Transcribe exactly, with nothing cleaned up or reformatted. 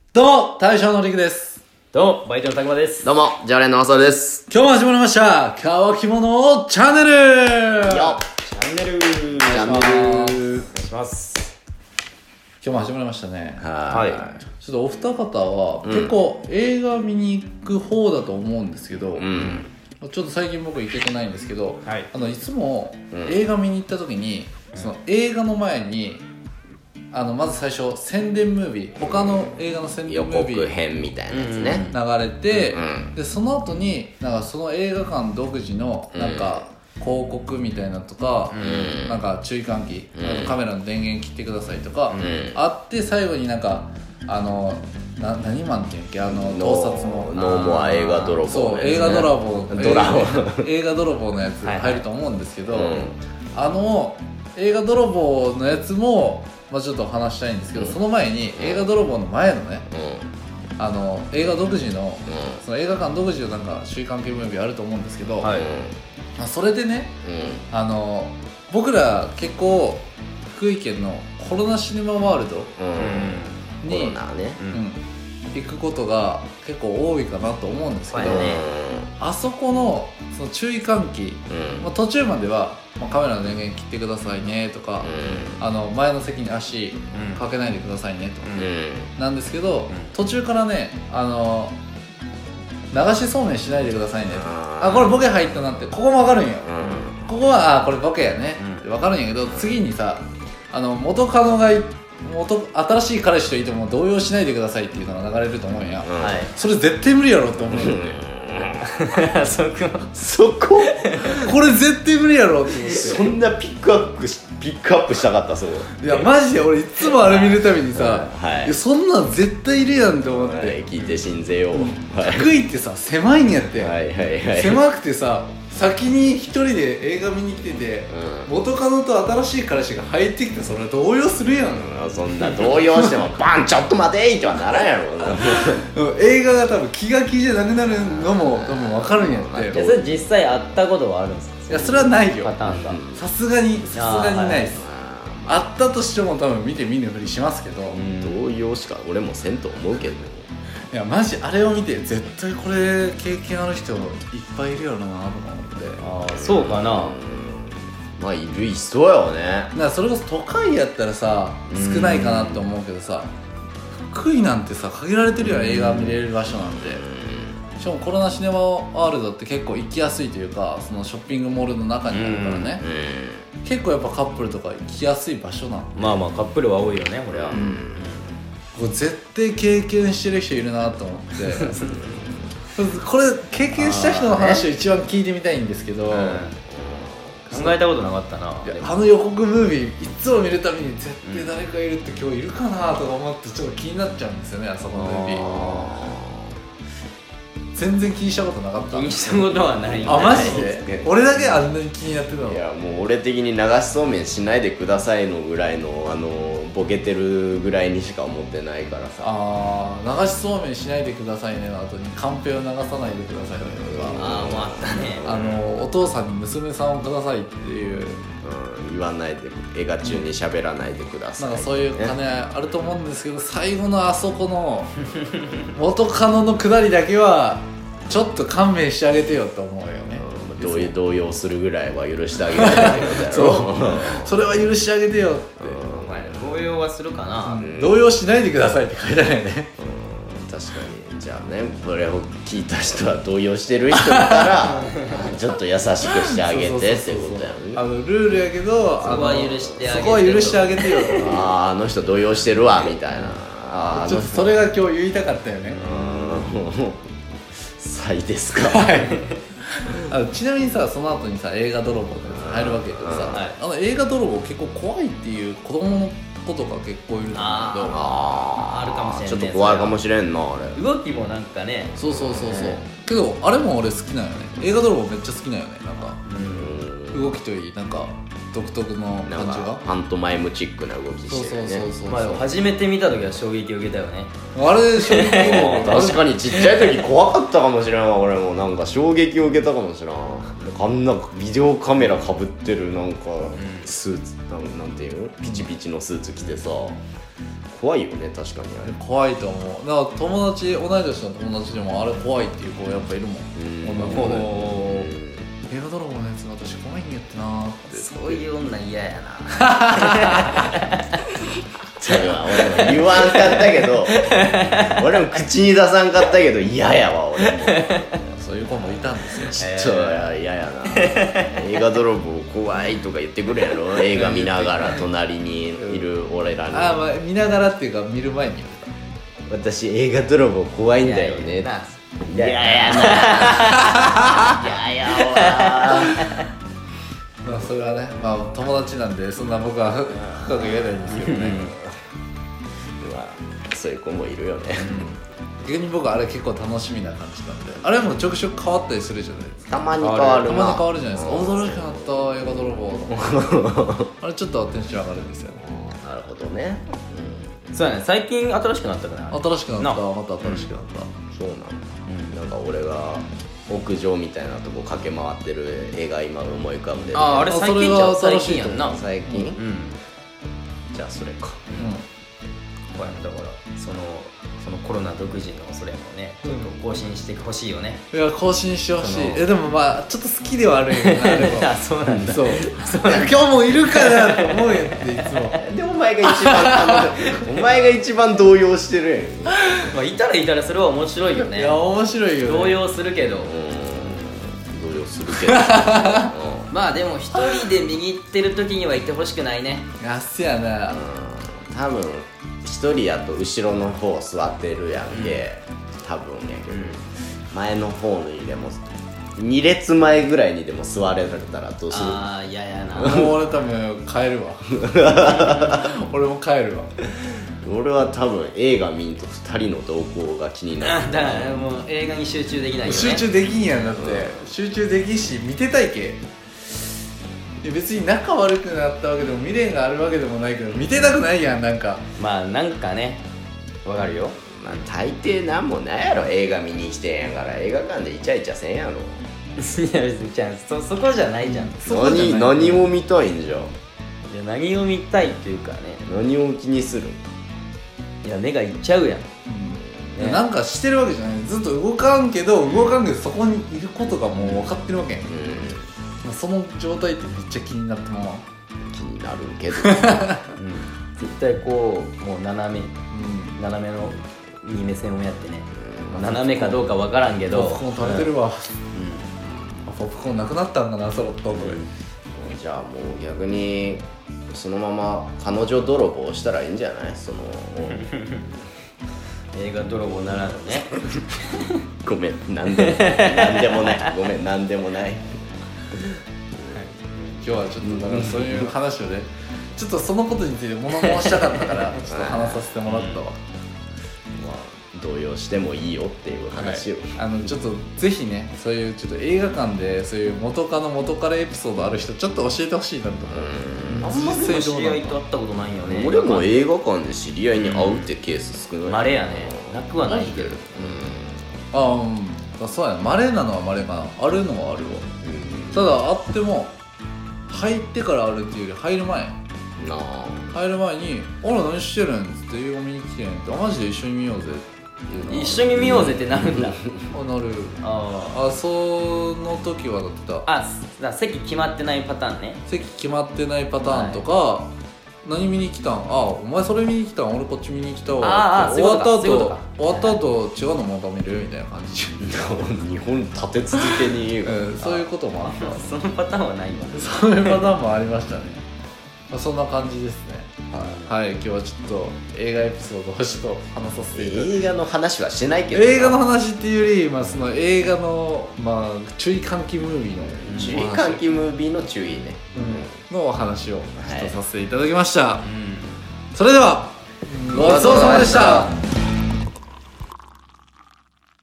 どうも大将のりくです。 どうもバイトのたくまです。 どうも常連の浅田です。 今日も始まりました乾き物チャンネルよチャンネルチャンネルお願いします。 今日も始まりましたね。 はいちょっとお二方は結構映画見に行く方だと思うんですけど、 うんちょっと最近僕行けてないんですけど、 はい、 あのいつもうん映画見に行った時に、うん、その映画の前にあのまず最初宣伝ムービー、他の映画の宣伝予ムービー告編みたいなやつね、 流れて、 うん、 でその後になんかその映画館独自のなんか広告みたいなのとか、 うん、 なんか注意喚起、 うん、 カメラの電源切ってくださいとか、 うん、 あって最後になんかあのな何マンっていうんっけ、あの盗撮のノーモア映画泥棒、ね、 そう映画泥棒ドラ映画泥棒のやつ入ると思うんですけど、 はいはい、 あの映画泥棒のやつもまあちょっと話したいんですけど、うん、その前に映画泥棒の前のね、うん、あの映画独自の、うん、その映画館独自のなんか注意喚起ムービーあると思うんですけど、はい、まあ、それでね、うん、あの僕ら結構福井県のコロナシネマワールドに、 コロナね、 うん、行くことが結構多いかなと思うんですけど、ね、あそこのその注意喚起、うん、まあ、途中までは、まあ、カメラの電源切ってくださいねとか、うん、あの前の席に足かけないでくださいねとか、うん、なんですけど、うん、途中からね、あの流しそうめんしないでくださいねとか、あこれボケ入ったなってここも分かるんよ、うん、ここはあこれボケやねって分かるんやけど、次にさあの元カノが元新しい彼氏といても動揺しないでくださいっていうのが流れると思うんや、うん、はい、それ絶対無理やろって思うんだよねそこそここれ絶対無理やろって思って、 そんなピックアップしピックアップしたかったそう。 いやマジで俺いつもあれ見るたびにさ、 はい、 いやそんなん絶対いるやんって思って、はい、 聞いて信ぜよう、うん、 福井ってさ狭いんやって、 はいはいはい、 狭くてさ先に一人で映画見に来てて、うん、元カノと新しい彼氏が入ってきてそれは動揺するやん、 うん、そんな動揺してもバンちょっと待てーってはならんやろ映画が多分気が気じゃなくなるのも多分分かるんやって。 いやそれ実際会ったことはあるんですか？ いやそれはないよ、 パターンがさすがにさすがにないです。あったとしても多分見て見ぬふりしますけど、うん、 動揺しか俺もせんと思うけど、 いやマジあれを見て絶対これ経験ある人いっぱいいるやろなとか思って。 ああそうかな、うん、 まあいる人やよね。 だからそれこそ都会やったらさ少ないかなって思うけどさ、福井なんてさ限られてるやん、映画見れる場所なんて。しかもコロナシネマワールドって結構行きやすいというか、そのショッピングモールの中にあるからね、結構やっぱカップルとか行きやすい場所なの。 まあまあカップルは多いよねこれは、うん、 これ絶対経験してる人いるなと思ってこれ経験した人の話を一番聞いてみたいんですけど、うん、 考えたことなかったな。 あの予告ムービーいつも見るたびに絶対誰かいるって今日いるかなとか思ってちょっと気になっちゃうんですよね、あそこのムービー。全然気にしたことなかった。 気にしたことはない。 あマジで俺だけあんなに気になってたの？ いやもう俺的に流しそうめんしないでくださいのぐらいのあのボケてるぐらいにしか思ってないからさ。 ああ流しそうめんしないでくださいねの後にカンペを流さないでくださいねとか、 ああもうあったね。 あのお父さんに娘さんをくださいっていう、 うん、言わないで映画中に喋らないでください、 なんかそういう金あると思うんですけど、最後のあそこの元カノのくだりだけはちょっと勘弁してあげてよと思うよね、 うん、動揺動揺するぐらいは許してあげてよそうそれは許してあげてよって、 うん、まあ、動揺はするかな、 うん、動揺しないでくださいって書いてあるよね、 うん、確かに。じゃあねこれを聞いた人は動揺してる人いたらちょっと優しくしてあげてってことやね。 あのルールやけどそこは許してあげて、 そこは許してあげてよあああの人動揺してるわみたいな、 あちょっとそれが今日言いたかったよね。 サイですかあのちなみにさその後にさ映画泥棒って入るわけやけどさ、はい、あの映画泥棒結構怖いっていう子供の子とか結構いるんだけど、 ああるかもしれんね。 ちょっと怖いかもしれんなあれ。 動きもなんかね。 そうそうそうそう、けどあれも俺好きなんよね。映画泥棒めっちゃ好きなんよね。なんかうん動きといいなんか独特のなん感じがかパントマイムチックな動きそうしてるよね。 そうそうそうまあでも初めて見た時は衝撃を受けたよね。 あれ衝撃確かにちっちゃい時怖かったかもしれんわ。俺もなんか衝撃を受けたかもしれん。あんなビデオカメラかぶってるなんかスーツ、なんなんていうのピチピチのスーツ着てさ、怖いよね確かにあれ。 怖いと思う。だから友達、同い年の友達でもあれ怖いっていう子やっぱいるもん。女の子で映画泥棒のやつが私怖いんやってなーって。 そういう女嫌やな。 それは俺も言わんかったけど俺も口に出さんかったけど嫌やわ俺も。 そういう子もいたんですよ。 ちょっと嫌やな。映画泥棒怖いとか言ってくるやろ。映画見ながら隣にいる俺らに、 ああ、まあ見ながらっていうか見る前に言うた。 私映画泥棒怖いんだよね。 嫌やな。 嫌やな。嫌やわ。 まあそれはね、まあ友達なんでそんな僕は深く言えないんですけどね。 まあそういう子もいるよね。 逆に僕はあれ結構楽しみな感じなんで、あれもちょくちょく変わったりするじゃないですか。 たまに変わるな。 たまに変わるじゃないですか。驚きくなった映画泥棒。あれちょっとテンション上がるんですよね。 なるほどね。 そうやね、最近新しくなったかな。 新しくなった、 なまた新しくなった。 そうなの、なんか俺が屋上みたいなとこ駆け回ってる絵が今思い浮かんでる。 ああ、あれ最近じゃん。最近やんな。 最近、 うん。 じゃあそれか。 こうやんだからそのそのコロナ独自のそれもねちょっと更新してほしいよね。 いや更新してほしい。えでもまあちょっと好きではあるんやけどな。あれはあ、そうなんだ。 そう。今日もいるかなと思うやっていつも。 でお前が一番お前が一番動揺してるやん。 まあいたらいたらそれは面白いよね。 いや面白いよね。 動揺するけど。 動揺するけど。 まあでも一人で右行ってる時にはいてほしくないね。 あっせやな。 多分一人やと後ろの方座ってるやんけ、うん、多分やけど、うん、前の方にでもに列前ぐらいにでも座れられたらどうする？ ああ嫌やな。 もう俺多分帰るわ。俺も帰るわ。 俺は多分映画見んとふたりの動向が気になる。 だからもう映画に集中できないよね。 集中できんやんだって、うん、集中できんし見てたいけ。別に仲悪くなったわけでも未練があるわけでもないけど見てたくないやんなんか。 まあなんかねわかるよ。 まあ大抵なんもないやろ。映画見に来てんやから映画館でイチャイチャせんやろ。いや別にじゃん そ, そこじゃないじゃん。 何何を見たいんじゃん。いや何を見たいっていうかね。 何を気にする。 いや目がいっちゃうやん、 うんね、なんかしてるわけじゃない。ずっと動かんけど動かんけどそこにいることがもう分かってるわけやん、うん、その状態ってめっちゃ気になってまう。 気になるけど、 うん、絶対こうもう斜め、うん、斜めのに目線をやってね、うん、斜めかどうか分からんけどポップコーン食べてるわ、うん、ポップコーンなくなったんかなそろっとこれ、うん、 じゃあもう逆にそのまま彼女泥棒したらいいんじゃない？その映画泥棒ならぬね。 ごめん、なんでもなんでもないごめん、なんでもない。 今日はちょっとだからそういう話をねちょっとそのことについて物申したかったからちょっと話させてもらったわ。まあ動揺してもいいよっていう話を、はい、 あのちょっとぜひねそういうちょっと映画館でそういう元カノ元カレエピソードある人ちょっと教えてほしいなと思う。 あんまり知り合いと会ったことないよね。 俺も映画館で知り合いに会うってケース少ない。 まれやね。なくはないけど、うん、 ああ、うん、そうやね。まれなのはまれかな。あるのはあるわ、うん、ただあっても入ってからあるっていうより入る前なあ入る前に「あら何してるん?」っつって「映画見に来てん」って「マジで一緒に見ようぜ」 一緒に見ようぜってなるんだ。 あなる。ああその時はだってた。 あだ席決まってないパターンね。 席決まってないパターンとか、はい、何見に来たん？あお前それ見に来たん俺こっち見に来たわ。ああ終わった後終わった後違うのまた見るみたいな感じ。 日本立て続けに言う、 うん、そういうこともあった。 そのパターンはないわ。 そういうパターンもありましたね。まあ、そんな感じですね。はい、はい、今日はちょっと映画エピソードをちょっと話させていただいて。 映画の話はしてないけど映画の話っていうより、まあ、その映画の、まあ、注意喚起ムービーの注意喚起ムービーの注意ね、 うん、のお話をちょっとさせていただきました、はい、うん、それではごちそうさまでした。